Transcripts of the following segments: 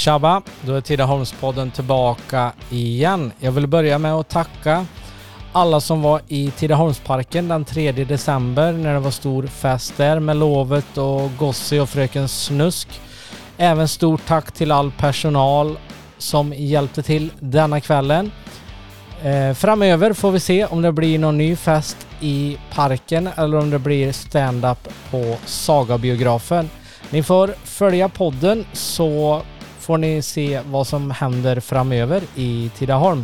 Tjabba, då är Tidaholmspodden tillbaka igen. Jag vill börja med att tacka alla som var i Tidaholmsparken den 3 december när det var stor fest där med Lovet och Gossi och Fröken Snusk. Även stort tack till all personal som hjälpte till denna kvällen. Framöver får vi se om det blir någon ny fest i parken eller om det blir stand-up på Sagabiografen. Ni får följa podden så får ni se vad som händer framöver i Tidaholm.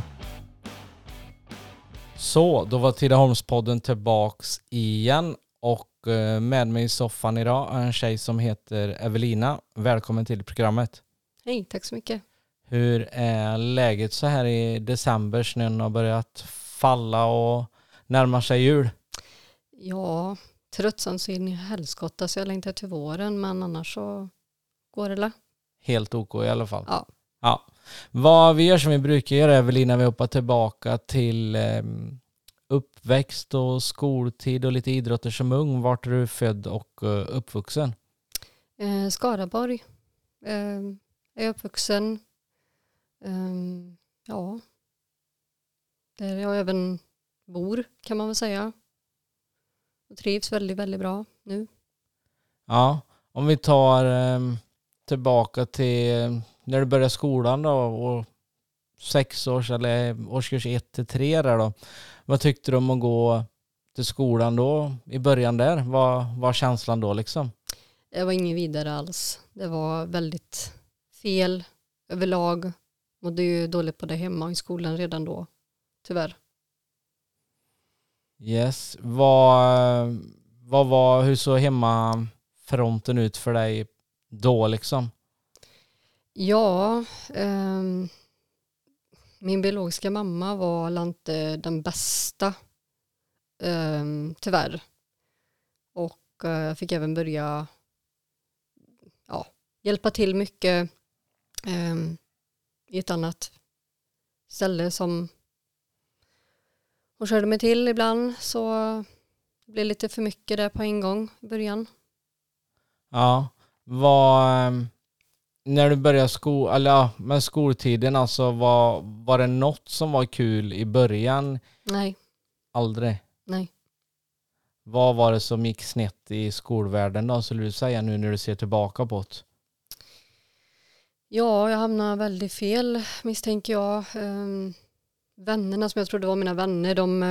Så, då var Tidaholmspodden tillbaks igen och med mig i soffan idag är en tjej som heter Evelina. Välkommen till programmet. Hej, tack så mycket. Hur är läget så här i december? Snön har börjat falla och närmar sig jul. Ja, tröttsam så in i helskotta så jag längtar till våren, men annars så går det. Helt OK i alla fall. Ja. Vad vi gör som vi brukar göra är väl innan vi hoppar tillbaka till uppväxt och skoltid och lite idrotter som ung. Vart är du född och uppvuxen? Skaraborg är uppvuxen. Ja, där jag även bor kan man väl säga. Och trivs väldigt, väldigt bra nu. Ja, om vi tar tillbaka till när du började skolan då och 6 års eller årskurs 1-3 där då. Vad tyckte du om att gå till skolan då i början där? Vad var känslan då liksom? Det var ingen vidare alls. Det var väldigt fel överlag. Mådde ju dåligt på det hemma och i skolan redan då. Tyvärr. Yes. Hur såg hemmafronten ut för dig då liksom? Ja, min biologiska mamma var inte den bästa, tyvärr. Och jag fick även börja hjälpa till mycket i ett annat ställe som hon körde mig till ibland, så det blev lite för mycket där på en gång i början. Ja, när du började med skoltiden, alltså var det något som var kul i början? Nej. Aldrig? Nej. Vad var det som gick snett i skolvärlden då, skulle du säga nu när du ser tillbaka på det? Ja, jag hamnade väldigt fel, misstänker jag. Vännerna som jag trodde var mina vänner,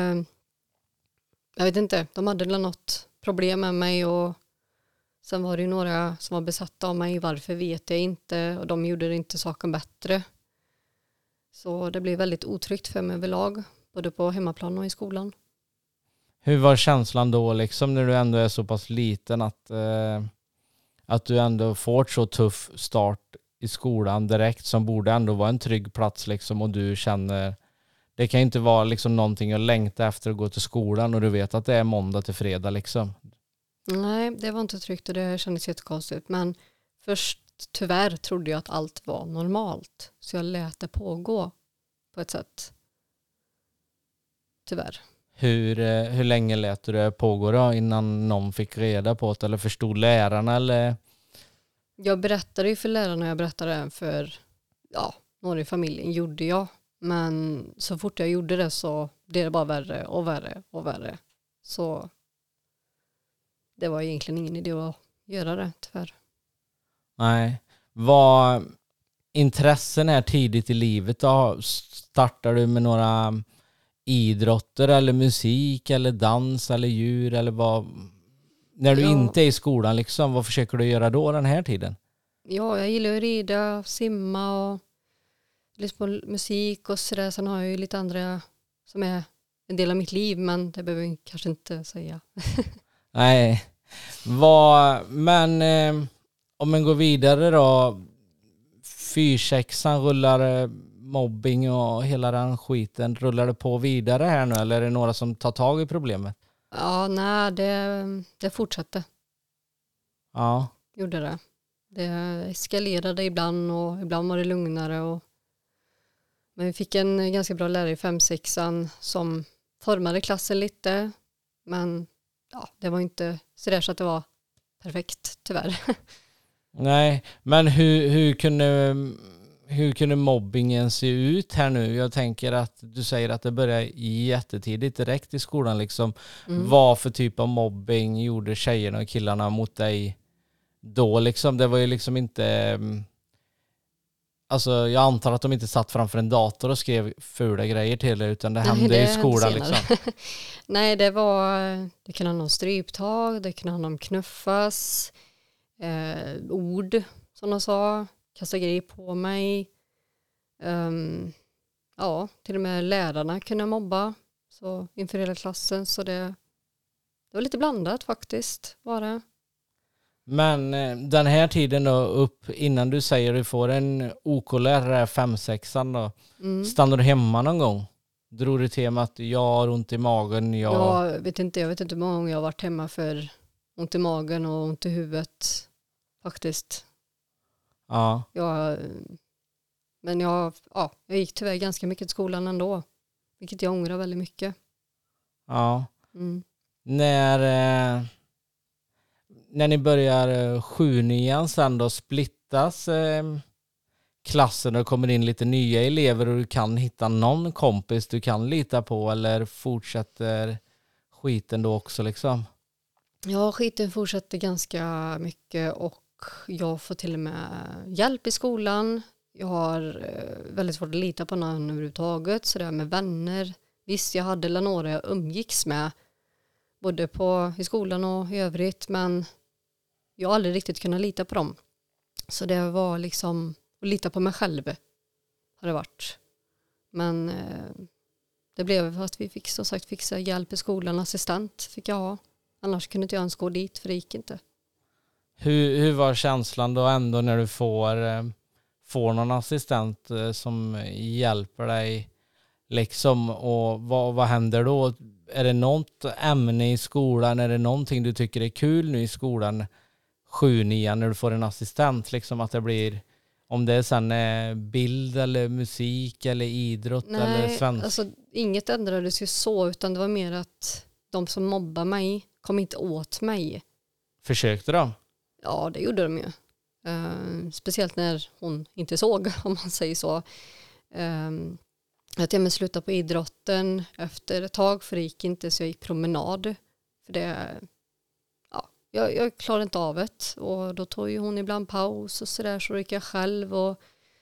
jag vet inte, de hade något problem med mig och sen var det ju några som var besatta av mig, varför vet jag inte, och de gjorde inte saken bättre. Så det blev väldigt otryggt för mig överlag, både på hemmaplan och i skolan. Hur var känslan då liksom när du ändå är så pass liten att du ändå får ett så tuff start i skolan direkt som borde ändå vara en trygg plats liksom, och du känner det kan inte vara liksom någonting att längta efter att gå till skolan och du vet att det är måndag till fredag liksom? Nej, det var inte tryggt och det kändes jättekonstigt, men först tyvärr trodde jag att allt var normalt, så jag lät det pågå på ett sätt. Tyvärr. Hur länge lät du det pågå då innan någon fick reda på det, eller förstod lärarna eller? Jag berättade ju för lärarna, jag berättade även för några i familjen gjorde jag. Men så fort jag gjorde det så blev det bara värre och värre och värre. Så det var egentligen ingen idé att göra det, tyvärr. Nej. Var intressen här tidigt i livet då? Startar du med några idrotter eller musik eller dans eller djur eller vad? När du inte är i skolan liksom, vad försöker du göra då den här tiden? Ja, jag gillar att rida, simma och lyssna på musik och sådär. Sen har jag ju lite andra som är en del av mitt liv, men det behöver jag kanske inte säga. Nej. Men om man går vidare då, 4-6 rullar mobbing och hela den skiten, rullar det på vidare här nu eller är det några som tar tag i problemet? Ja, nej, det fortsatte. Ja. Gjorde det. Det eskalerade ibland och ibland var det lugnare. Men vi fick en ganska bra lärare i 5-6 som formade klassen lite. Men det var inte så att det var perfekt, tyvärr. Nej, men hur kunde hur kunde mobbingen se ut här nu? Jag tänker att du säger att det började jättetidigt direkt i skolan. Liksom. Vad för typ av mobbing gjorde tjejerna och killarna mot dig då? Liksom? Det var ju liksom inte... Alltså jag antar att de inte satt framför en dator och skrev fula grejer till det, utan det hände i skolan. Liksom. Nej, det kunde handla om stryptag, det kunde handla om knuffas, ord som de sa, kasta grejer på mig. Ja, till och med lärarna kunde mobba så inför hela klassen. Så det var lite blandat faktiskt, var det. Men den här tiden då, upp innan du säger du får en OK-lärare 5-6an då, stannar du hemma någon gång? Drog du till med att jag har ont i magen? Jag vet inte hur många gånger jag har varit hemma för ont i magen och ont i huvudet faktiskt. Ja. Men jag gick tyvärr ganska mycket till skolan ändå, vilket jag ångrar väldigt mycket. Ja. När ni börjar 7-9 sen då splittas klassen och kommer in lite nya elever och du kan hitta någon kompis du kan lita på, eller fortsätter skiten då också liksom? Ja, skiten fortsätter ganska mycket och jag får till och med hjälp i skolan. Jag har väldigt svårt att lita på någon överhuvudtaget, så det är med vänner. Visst, jag hade några jag umgicks med både i skolan och i övrigt, men jag har aldrig riktigt kunnat lita på dem. Så det var liksom att lita på mig själv har det varit. Men det blev att vi fick som sagt fixa hjälp i skolan, assistent fick jag ha. Annars kunde inte jag ens gå dit, för det gick inte. Hur var känslan då ändå när du får någon assistent som hjälper dig liksom, och vad händer då? Är det något ämne i skolan? Är det någonting du tycker är kul nu i skolan 7-9 när du får en assistent? Liksom att det blir, om det är sen bild eller musik eller idrott eller svenska? Alltså inget ändrades ju så, utan det var mer att de som mobbar mig kom inte åt mig. Försökte de? Ja, det gjorde de ju. Speciellt när hon inte såg, om man säger så. Att jag slutade på idrotten efter ett tag, för det gick inte, så jag gick promenad. För det, jag klarade inte av det. Och då tog ju hon ibland paus och sådär, så gick jag själv. Och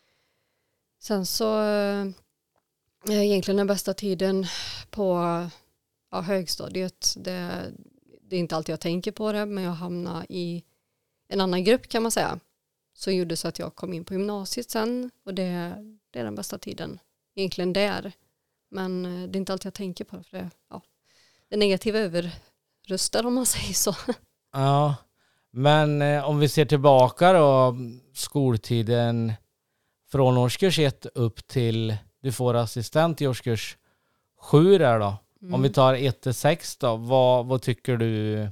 sen så egentligen den bästa tiden på högstadiet, det är inte alltid jag tänker på det, men jag hamnade i en annan grupp kan man säga. Så gjorde så att jag kom in på gymnasiet sen, och det är den bästa tiden. Egentligen där. Men det är inte alltid jag tänker på det, för det negativa överröstar, om man säger så. Ja, men om vi ser tillbaka då, skoltiden från årskurs 1 upp till du får assistent i årskurs 7 där då. Om vi tar 1-6 då, vad tycker du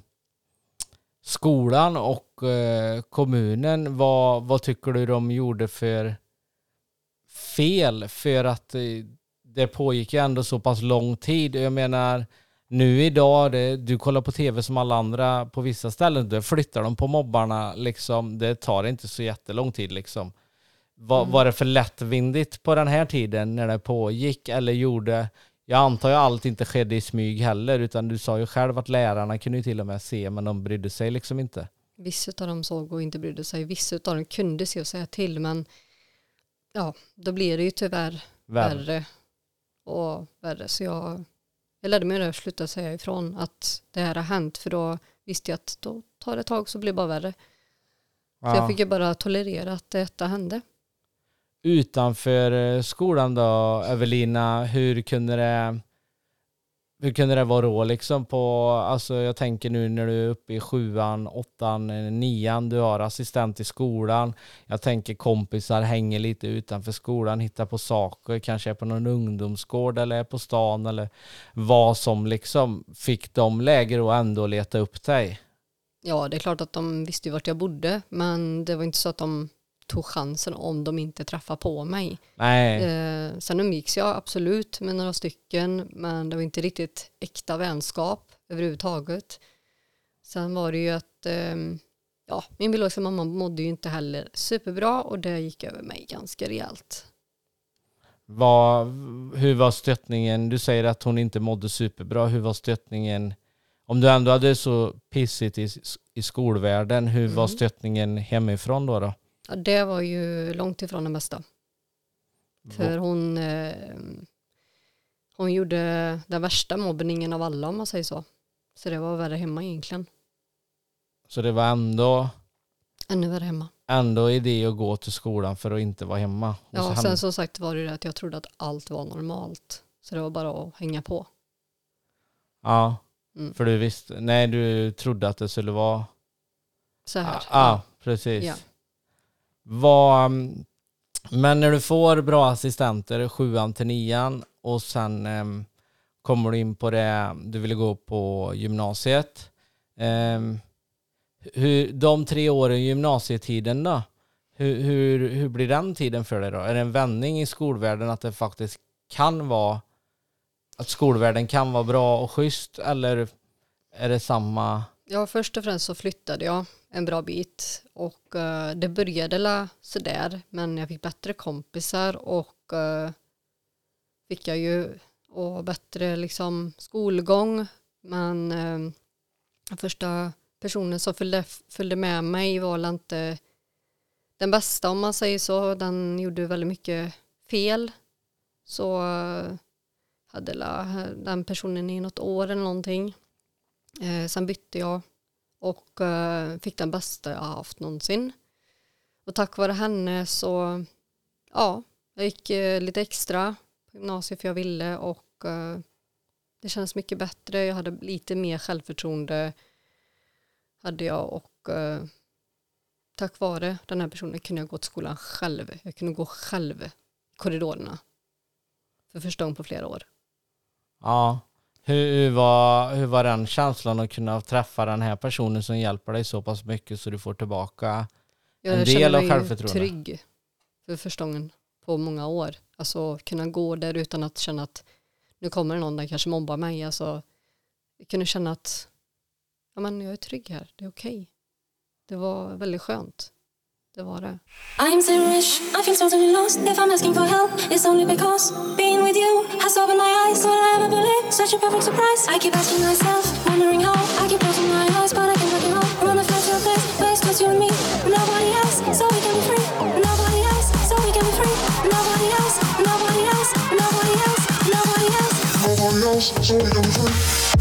skolan och kommunen, vad tycker du de gjorde för fel? För att det pågick ju ändå så pass lång tid. Jag menar, nu idag, du kollar på tv som alla andra på vissa ställen, då flyttar de på mobbarna liksom. Det tar inte så jättelång tid liksom. Var det för lättvindigt på den här tiden när det pågick, eller jag antar ju allt inte skedde i smyg heller, utan du sa ju själv att lärarna kunde ju till och med se, men de brydde sig liksom inte. Vissa av dem såg och inte brydde sig. Vissa av dem kunde se och säga till, men då blir det ju tyvärr värre och värre. Så jag lärde mig att sluta säga ifrån att det här har hänt, för då visste jag att då tar det ett tag så blir det bara värre. Så jag fick ju bara tolerera att detta hände. Utanför skolan då, Evelina, hur kunde det vara då liksom alltså jag tänker nu när du är uppe i 7:an, 8:an, 9:an, du har assistent i skolan. Jag tänker kompisar hänger lite utanför skolan, hittar på saker, kanske är på någon ungdomsgård eller är på stan eller vad som liksom. Fick de läger och ändå leta upp dig? Ja, det är klart att de visste ju vart jag bodde, men det var inte så att de tog chansen om de inte träffade på mig. Nej. Sen umgicks jag absolut med några stycken, men det var inte riktigt äkta vänskap överhuvudtaget. Sen var det ju att ja, min biologiska mamma mådde ju inte heller superbra och det gick över mig ganska rejält. Hur var stöttningen? Du säger att hon inte mådde superbra. Hur var stöttningen? Om du ändå hade så pissigt i skolvärlden, hur var stöttningen hemifrån då? Ja, det var ju långt ifrån det bästa. För hon gjorde den värsta mobbningen av alla, om man säger så. Så det var värre hemma egentligen. Så det var ändå... Ännu värre hemma. Ändå idé att gå till skolan för att inte vara hemma. Ja, sen som sagt var det att jag trodde att allt var normalt. Så det var bara att hänga på. Ja, för du trodde att det skulle vara... Så här. Ja, precis. Ja. Men när du får bra assistenter 7:an till 9:an och sen kommer du in på det, du ville gå på gymnasiet. De 3 åren i gymnasietiden då, hur blir den tiden för dig då? Är det en vändning i skolvärlden att det faktiskt kan vara, att skolvärlden kan vara bra och schysst, eller är det samma? Ja, först och främst så flyttade jag en bra bit och det började sådär, men jag fick bättre kompisar och fick jag ju och bättre liksom skolgång, men första personen som följde med mig var inte den bästa, om man säger så. Den gjorde väldigt mycket fel, så hade den personen i något år eller någonting. Sen bytte jag och fick den bästa jag haft någonsin. Och tack vare henne så, ja, jag gick lite extra på gymnasiet för jag ville, och det kändes mycket bättre. Jag hade lite mer självförtroende hade jag, och tack vare den här personen kunde jag gå till skolan själv. Jag kunde gå själv i korridorerna för första gången på flera år. Ja. Hur var den känslan att kunna träffa den här personen som hjälper dig så pass mycket så du får tillbaka en del av självförtroende? Jag känner mig trygg för första gången på många år. Alltså kunna gå där utan att känna att nu kommer någon där kanske mobbar mig. Alltså, jag kunde känna att ja, men jag är trygg här, det är okej. Det var väldigt skönt. Det var det. I'm so rich, I feel totally lost. If I'm asking for help, it's only because being with you has opened my eyes. All I ever believed, such a perfect surprise. I keep asking myself, wondering how. I keep closing my eyes, but I can't let it out. We're on a flight to a place where it's just you and me. Nobody else, so we can be free. Nobody else, so we can be free. Nobody else, nobody else, nobody else, nobody else. Nobody else, so we can be free.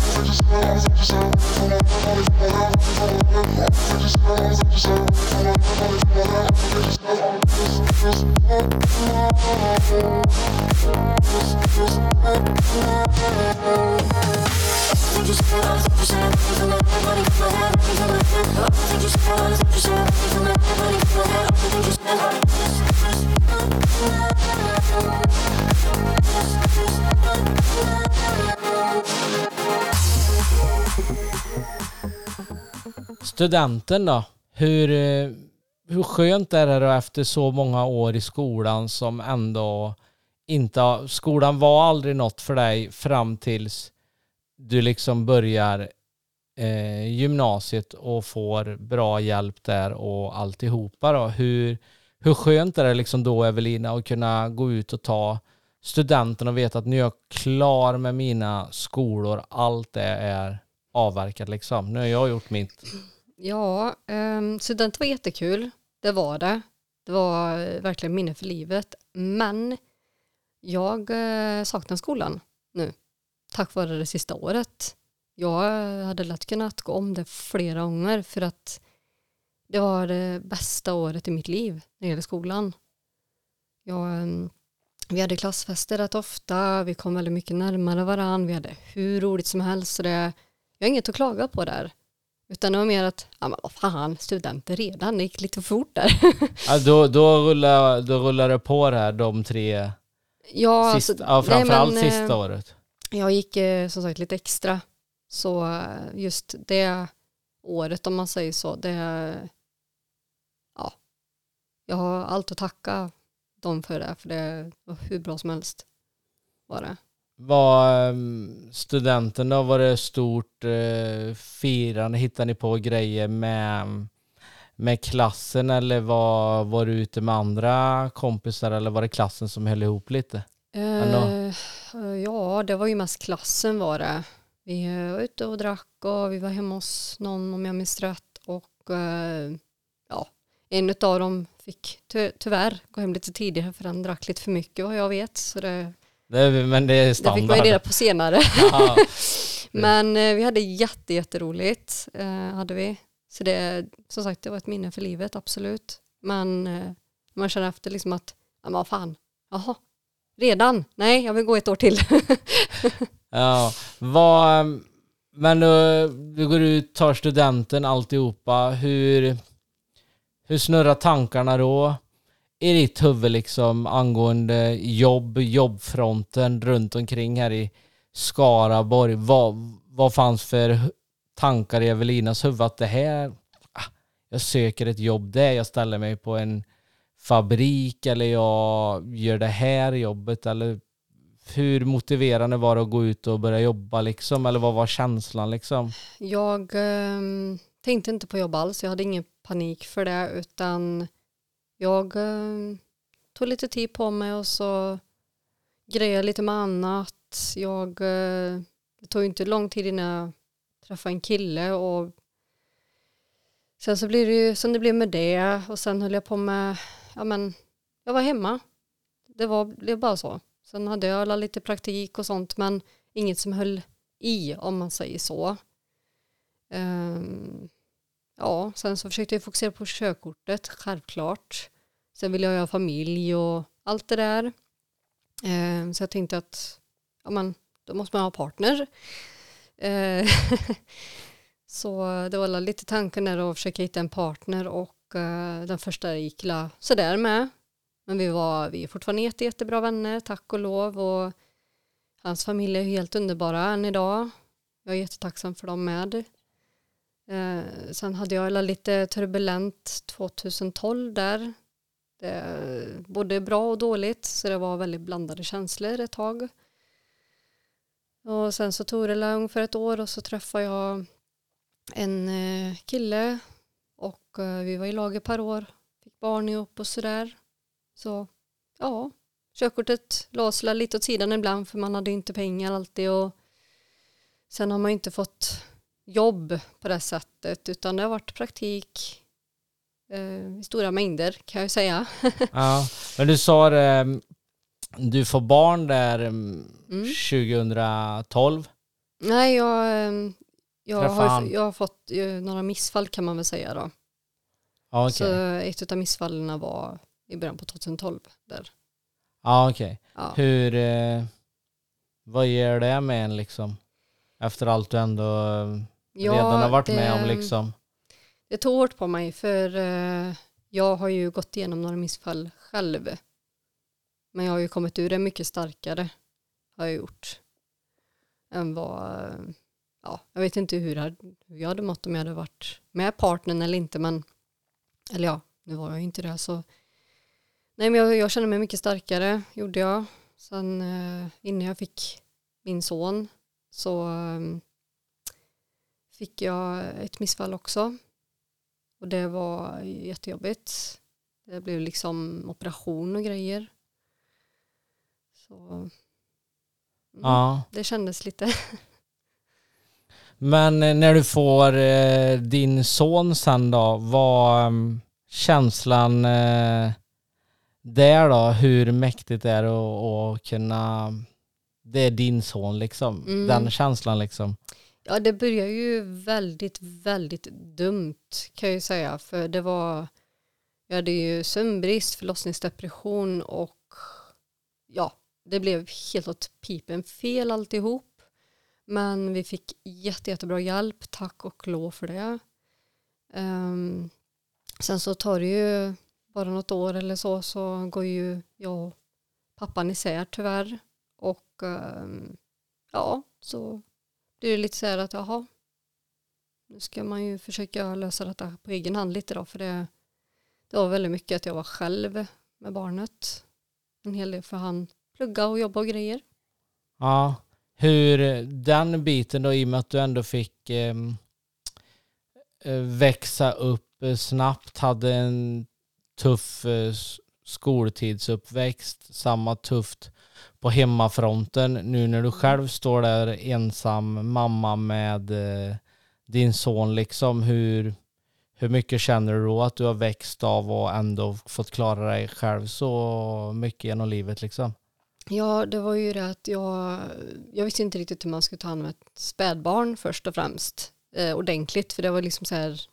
Studenten då? Hur skönt är det då efter så många år i skolan som ändå inte... Skolan var aldrig något för dig fram tills du liksom börjar gymnasiet och får bra hjälp där och alltihopa då. Hur skönt är det liksom då, Evelina, att kunna gå ut och ta studenten och veta att nu är jag klar med mina skolor. Allt det är avverkat liksom. Nu har jag gjort mitt. Ja, student var jättekul. Det var det. Det var verkligen minne för livet. Men jag saknar skolan nu. Tack vare det sista året. Jag hade lätt kunnat gå om det flera gånger för att det var det bästa året i mitt liv när det gäller skolan. Vi hade klassfester rätt ofta. Vi kom väldigt mycket närmare varann. Vi hade hur roligt som helst. Så jag har inget att klaga på där. Utan det var mer att, ja men vad fan, studenter redan, det gick lite fort där. Ja, då rullar det på det här, de 3 framförallt sista året. Jag gick som sagt lite extra. Så just det året, om man säger så, jag har allt att tacka dem för det. För det var hur bra som helst var det. Var studenten då, var det stort firande? Hittade ni på grejer med klassen eller var du ute med andra kompisar eller var det klassen som höll ihop lite? Ja, det var ju mest klassen var det. Vi var ute och drack och vi var hemma hos någon om jag minns rätt. Och en av dem fick tyvärr gå hem lite tidigare för han drack lite för mycket vad jag vet. Så men det är standard. Det fick man ju reda på senare. Ja. Men vi hade jätteroligt. Hade vi. Så det, som sagt, det var ett minne för livet, absolut. Men man känner efter liksom att, ja men vad fan, jaha, redan? Nej, jag vill gå ett år till. Ja, men du går ut, tar studenten, alltihopa. Hur snurrar tankarna då i ditt huvud liksom angående jobbfronten runt omkring här i Skaraborg? Vad fanns för tankar i Evelinas huvud att det här, jag söker ett jobb där, jag ställer mig på en fabrik eller jag gör det här jobbet, eller hur motiverande var det att gå ut och börja jobba liksom, eller vad var känslan liksom? Jag tänkte inte på jobb alls, jag hade ingen panik för det, utan jag tog lite tid på mig och så grejade lite med annat. Det tog inte lång tid innan jag träffade en kille och sen så blir det ju som det blev med det och sen höll jag på med, jag var hemma. Det blev bara så. Sen hade jag lite praktik och sånt men inget som höll i om man säger så. Sen så försökte jag fokusera på körkortet, självklart. Sen ville jag ha familj och allt det där. Så jag tänkte att då måste man ha partner. Så det var lite tanken där att försöka hitta en partner och den första gick sådär med. Men vi är fortfarande jättebra vänner, tack och lov. Och hans familj är helt underbara än idag. Jag är jättetacksam för dem med. Sen hade jag lite turbulent 2012 där. Både bra och dåligt, så det var väldigt blandade känslor ett tag. Och sen så tog det ungefär ett år och så träffade jag en kille och vi var i lag ett par år, fick barn ihop och sådär. Så ja, körkortet lades lite åt sidan ibland för man hade inte pengar alltid och sen har man inte fått jobb på det sättet utan det har varit praktik i stora mängder kan jag säga. Ja, men du sa du får barn där 2012? Nej, jag har fått några missfall kan man väl säga då. Ah, okay. Så ett av missfallen var i början på 2012 där. Okej. Ja. Vad ger det med en liksom? Efter allt du ändå redan har varit med om liksom. Det tog hårt på mig för jag har ju gått igenom några missfall själv. Men jag har ju kommit ur det mycket starkare har jag gjort. Än vad, jag vet inte hur jag hade mått om jag hade varit med partnern eller inte. Men, eller ja, nu var jag inte det så. Nej men jag kände mig mycket starkare, gjorde jag. Sen innan jag fick min son så fick jag ett missfall också. Och det var jättejobbigt. Det blev liksom operation och grejer. Så det kändes lite. Men när du får din son sen då, vad känslan där då, hur mäktigt är det att kunna, det är din son liksom, den känslan liksom. Ja, det börjar ju väldigt, väldigt dumt kan jag ju säga. För jag hade ju sömnbrist, förlossningsdepression och det blev helt åt pipen fel alltihop. Men vi fick jättebra hjälp, tack och lov för det. Sen så tar det ju bara något år eller så går ju jag och pappan isär tyvärr. Och så blir det lite så här att nu ska man ju försöka lösa detta på egen hand lite då. För det var väldigt mycket att jag var själv med barnet. En hel del för han plugga och jobba och grejer. Ja, hur den biten då i och med att du ändå fick växa upp snabbt, hade en tuff skoltidsuppväxt, samma tufft på hemmafronten. Nu när du själv står där ensam mamma med din son, liksom, hur mycket känner du då att du har växt av och ändå fått klara dig själv så mycket genom livet liksom? Ja, det var ju det att jag visste inte riktigt hur man skulle ta hand om ett spädbarn först och främst. Ordentligt, för det var liksom så här,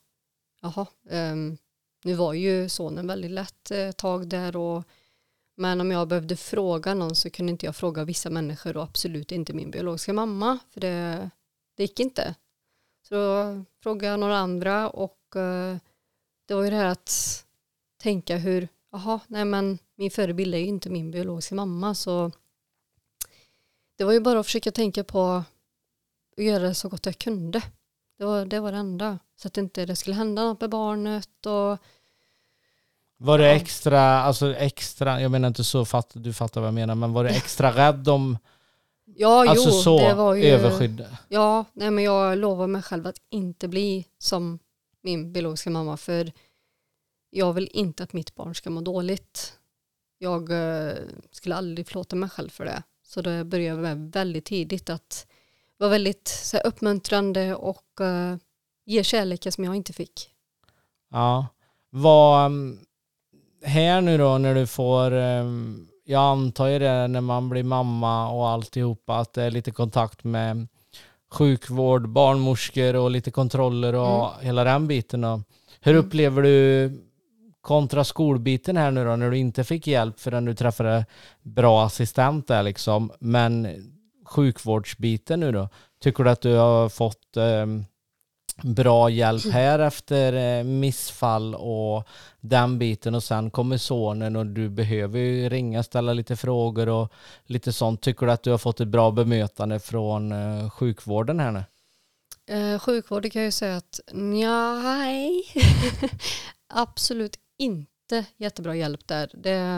nu var ju sonen väldigt lätt tag där, men om jag behövde fråga någon så kunde inte jag fråga vissa människor och absolut inte min biologiska mamma, för det gick inte. Så då frågade jag några andra, och det var ju det här att tänka men min förebild är ju inte min biologiska mamma, så det var ju bara att försöka tänka på att göra det så gott jag kunde. Det var det enda, så att inte det skulle hända något med barnet. Och var det extra, jag menar inte så, du fattar vad jag menar, men var det extra rädd om det var ju överskydd? Ja, nej, men jag lovar mig själv att inte bli som min biologiska mamma, för jag vill inte att mitt barn ska må dåligt. Jag skulle aldrig förlåta mig själv för det. Så då började jag med väldigt tidigt att vara väldigt så här, uppmuntrande och ge kärleken som jag inte fick. Ja, vad här nu då när du får, jag antar ju det när man blir mamma och alltihopa, att det är lite kontakt med sjukvård, barnmorskor och lite kontroller och hela den biten. Och hur upplever du kontra skolbiten här nu då, när du inte fick hjälp förrän du träffade bra assistent där liksom, men sjukvårdsbiten nu då, tycker du att du har fått bra hjälp här efter missfall och den biten, och sen kommer sonen och du behöver ju ringa, ställa lite frågor och lite sånt. Tycker du att du har fått ett bra bemötande från sjukvården här nu? Sjukvården kan jag ju säga att nej, absolut inte jättebra hjälp där.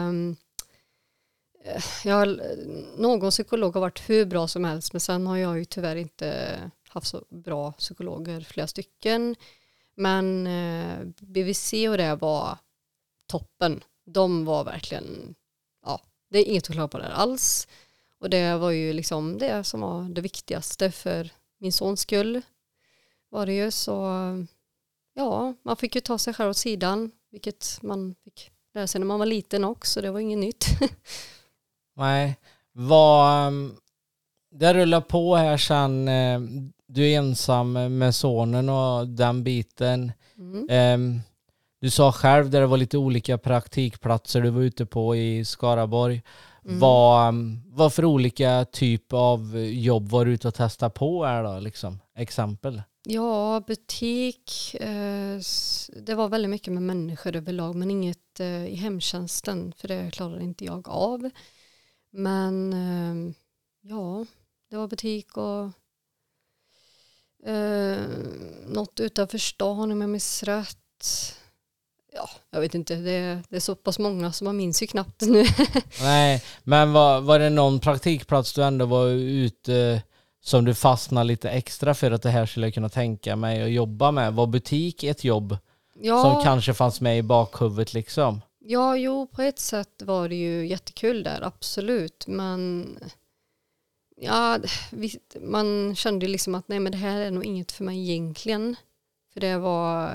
Någon psykolog har varit hur bra som helst, men sen har jag ju tyvärr inte haft så bra psykologer, flera stycken. Men BVC och det var toppen. De var verkligen, det är inget att klara på där alls. Och det var ju liksom det som var det viktigaste för min sons skull. Var det ju så, man fick ju ta sig själv åt sidan, vilket man fick lära sig när man var liten också. Det var inget nytt. Nej, det rullar på här sen. Du är ensam med sonen och den biten. Du sa själv där det var lite olika praktikplatser du var ute på i Skaraborg. Vad för olika typ av jobb var du ute och testa på är då, liksom? Exempel? Ja, butik. Det var väldigt mycket med människor överlag, men inget i hemtjänsten, för det klarade inte jag av. Men det var butik och något utanför stan om jag minns rätt. Ja, jag vet inte. Det är så pass många som man minns ju knappt nu. Nej, men var det någon praktikplats du ändå var ute som du fastnade lite extra för att det här skulle jag kunna tänka mig att jobba med? Var butik ett jobb som kanske fanns med i bakhuvudet liksom? Ja, på ett sätt var det ju jättekul där, absolut. Men man kände liksom att nej, men det här är nog inget för mig egentligen. För det var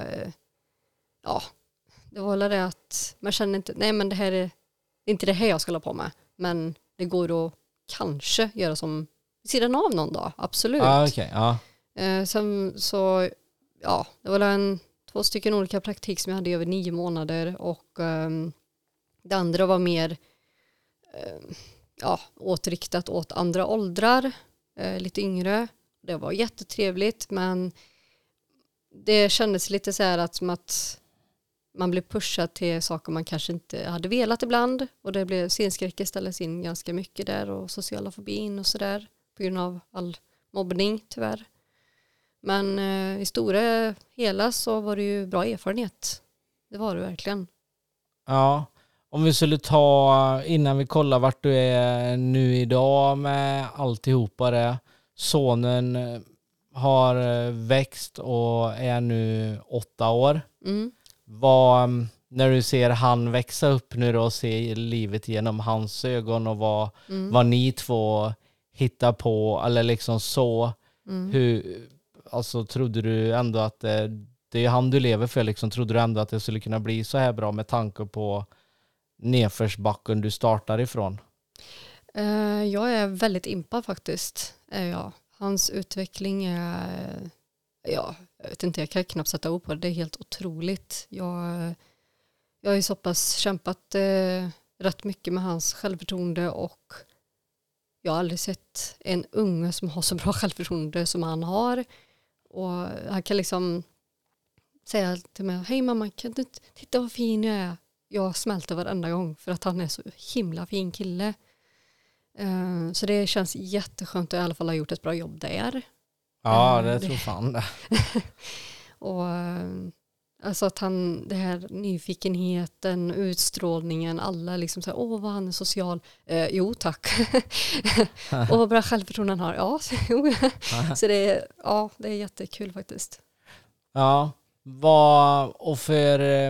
det att man kände inte, nej men det här är inte det här jag ska hålla på med. Men det går att kanske göra som sidan av någon dag, absolut. Sen så, det var 2 stycken olika praktik som jag hade i över 9 månader, och det andra var mer åtriktat åt andra åldrar, lite yngre. Det var jättetrevligt, men det kändes lite så här som att man blev pushad till saker man kanske inte hade velat ibland, och det blev scenskräck ställdes in ganska mycket där, och sociala fobin och sådär på grund av all mobbning tyvärr. Men i stora hela så var det ju bra erfarenhet. Det var det verkligen. Ja, om vi skulle ta, innan vi kollar vart du är nu idag med alltihopa det. Sonen har växt och är nu 8 år. när du ser han växa upp nu då och se livet genom hans ögon och vad ni två hittar på eller liksom så, hur, alltså trodde du ändå att det är han du lever för liksom, trodde du ändå att det skulle kunna bli så här bra med tanke på nedförsbacken du startar ifrån? Jag är väldigt impad faktiskt. Hans utveckling är, jag vet inte, jag kan knappt sätta ord på det. Det är helt otroligt. Jag har ju så pass kämpat rätt mycket med hans självförtroende och jag har aldrig sett en unge som har så bra självförtroende som han har. Och han kan liksom säga till mig, hej mamma, kan du titta vad fin jag är? Jag smälter varenda gång för att han är så himla fin kille. Så det känns jätteskönt att i alla fall ha gjort ett bra jobb där. Ja, det tror fan det. Och alltså att han, det här nyfikenheten, utstrålningen, alla liksom så här, vad han är social. Jo, tack. Och vad bra självförtroende han har. Ja, jo. Så det är jättekul faktiskt. Ja, och för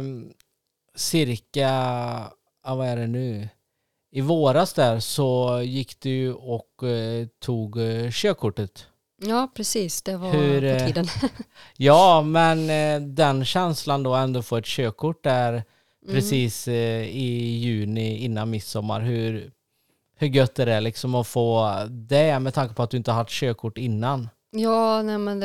cirka, vad är det nu? I våras där så gick du och tog körkortet. Ja, precis. Det var på tiden. Ja, men den känslan då ändå få ett körkort där precis i juni innan midsommar. Hur gött är det liksom att få det med tanke på att du inte har haft körkort innan? Ja, nej men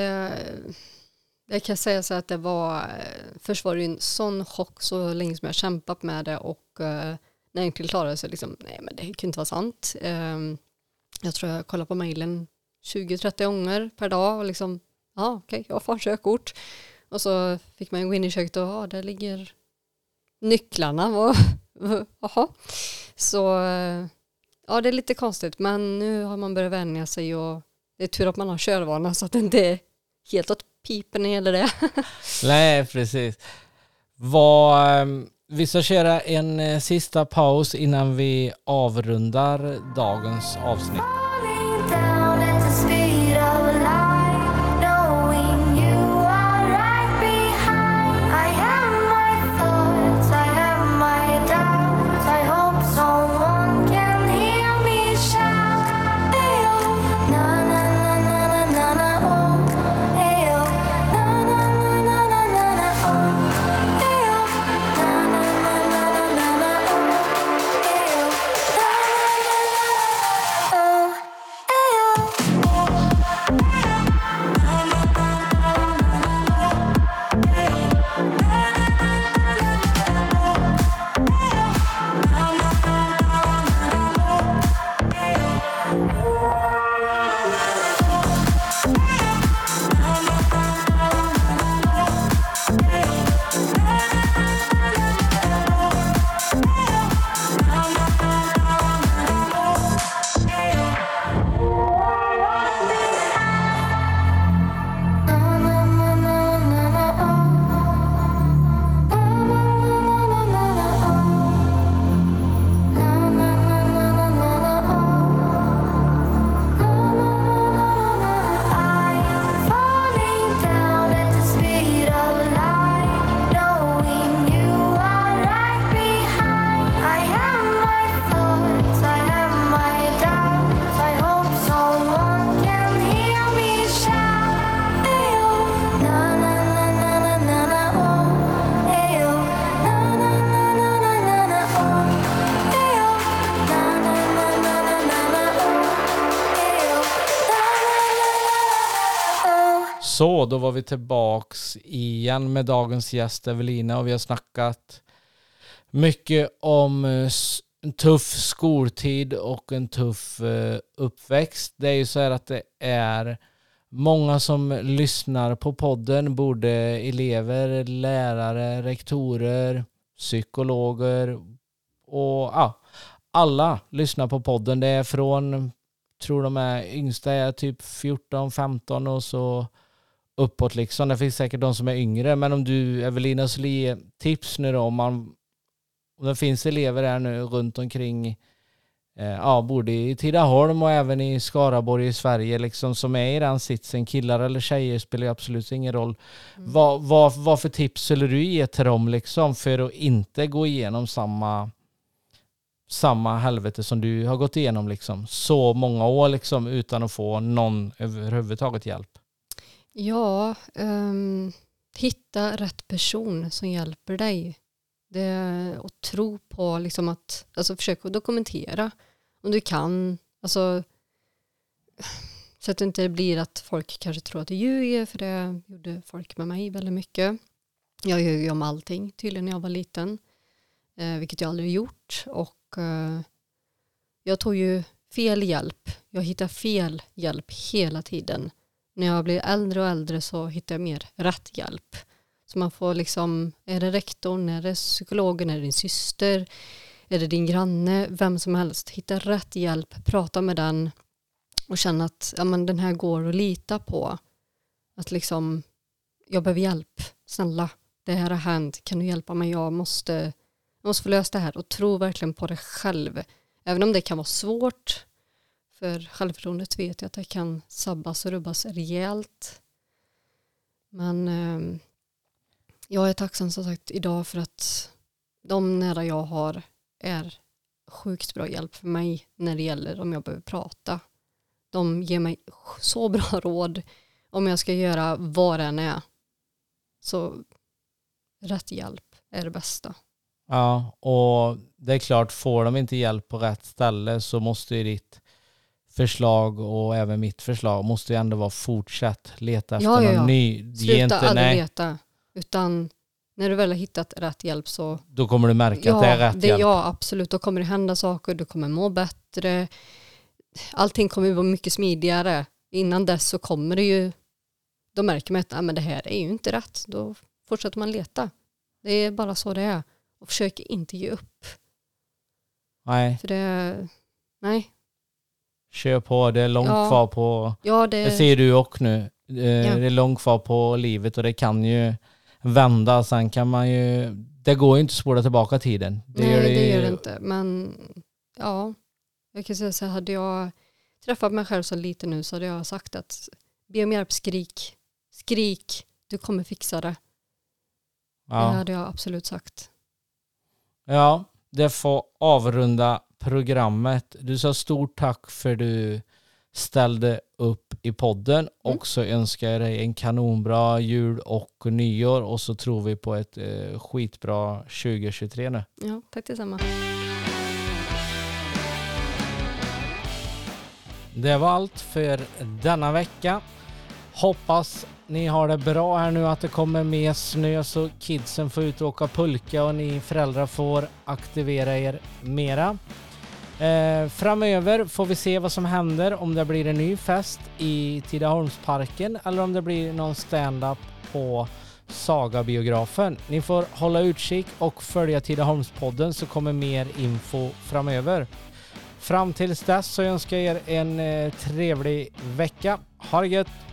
det kan jag säga så att det var, först var det en sån chock så länge som jag kämpat med det och när jag inte klarade så liksom, nej men det kunde inte vara sant. Jag tror jag kollade på mejlen 20-30 gånger per dag och liksom, okej, jag får körkort. Och så fick man gå in i köket och där ligger nycklarna. Jaha. Så det är lite konstigt men nu har man börjat vänja sig och det är tur att man har körvana så att det inte är helt åt pipen eller det. Nej, precis. Vi ska köra en sista paus innan vi avrundar dagens avsnitt. Så, då var vi tillbaks igen med dagens gäst Evelina och vi har snackat mycket om en tuff skoltid och en tuff uppväxt. Det är ju så här att det är många som lyssnar på podden, både elever, lärare, rektorer, psykologer och alla lyssnar på podden. Det är från, tror de är yngsta är typ 14-15 och så uppåt liksom. Det finns säkert de som är yngre, men om du, Evelina, skulle ge tips nu då, om det finns elever här nu runt omkring både i Tidaholm och även i Skaraborg i Sverige liksom, som är i den sitsen. Killar eller tjejer spelar ju absolut ingen roll. Vad för tips skulle du ge till dem liksom, för att inte gå igenom samma helvete som du har gått igenom liksom, så många år liksom, utan att få någon överhuvudtaget hjälp? Ja, hitta rätt person som hjälper dig. Och tro på liksom att, alltså försök att dokumentera om du kan, alltså så att det inte blir att folk kanske tror att du ljuger, för det gjorde folk med mig väldigt mycket. Jag ljög ju om allting tydligen när jag var liten, vilket jag aldrig gjort, och jag tog ju fel hjälp. Jag hittade fel hjälp hela tiden. När jag blir äldre och äldre så hittar jag mer rätt hjälp. Så man får liksom, är det rektorn, är det psykologen, är det din syster, är det din granne, vem som helst. Hitta rätt hjälp, prata med den och känna att ja, men den här går att lita på. Att liksom, jag behöver hjälp, snälla, det här har hänt, kan du hjälpa mig, jag måste få lösa det här, och tro verkligen på det själv. Även om det kan vara svårt, för självförtroendet vet jag att det kan sabbas och rubbas rejält. Men jag är tacksam som sagt idag för att de nära jag har är sjukt bra hjälp för mig när det gäller om jag behöver prata. De ger mig så bra råd om jag ska göra vad det än är. Så rätt hjälp är det bästa. Ja, och det är klart, får de inte hjälp på rätt ställe så måste ju ditt förslag och även mitt förslag måste ju ändå vara fortsätt leta efter någon ny. Sluta aldrig leta, utan när du väl har hittat rätt hjälp så då kommer du märka att det är rätt hjälp. Ja, absolut. Då kommer det hända saker, du kommer må bättre. Allting kommer ju vara mycket smidigare. Innan dess så kommer det ju, då märker man att men det här är ju inte rätt. Då fortsätter man leta. Det är bara så det är. Och försök inte ge upp. Nej. För det, nej. Kör på, det är långt kvar på, det ser du och nu. Det är långt kvar på livet och det kan ju vända. Sen kan man ju, det går ju inte att spola tillbaka tiden. Det gör det inte. Men ja, jag kan säga så här, hade jag träffat mig själv så lite nu så hade jag sagt att be om hjälp, skrik, du kommer fixa det. Ja. Det hade jag absolut sagt. Ja, det får avrunda programmet. Du sa stort tack för du ställde upp i podden och så önskar jag dig en kanonbra jul och nyår och så tror vi på ett skitbra 2023 nu. Ja, tack detsamma. Det var allt för denna vecka. Hoppas ni har det bra här nu, att det kommer mer snö så kidsen får ut och åka pulka och ni föräldrar får aktivera er mera. Framöver får vi se vad som händer, om det blir en ny fest i Tidaholmsparken eller om det blir någon stand-up på Saga-biografen. Ni får hålla utkik och följa Tidaholmspodden så kommer mer info framöver. Fram tills dess så önskar jag er en trevlig vecka. Ha det gött!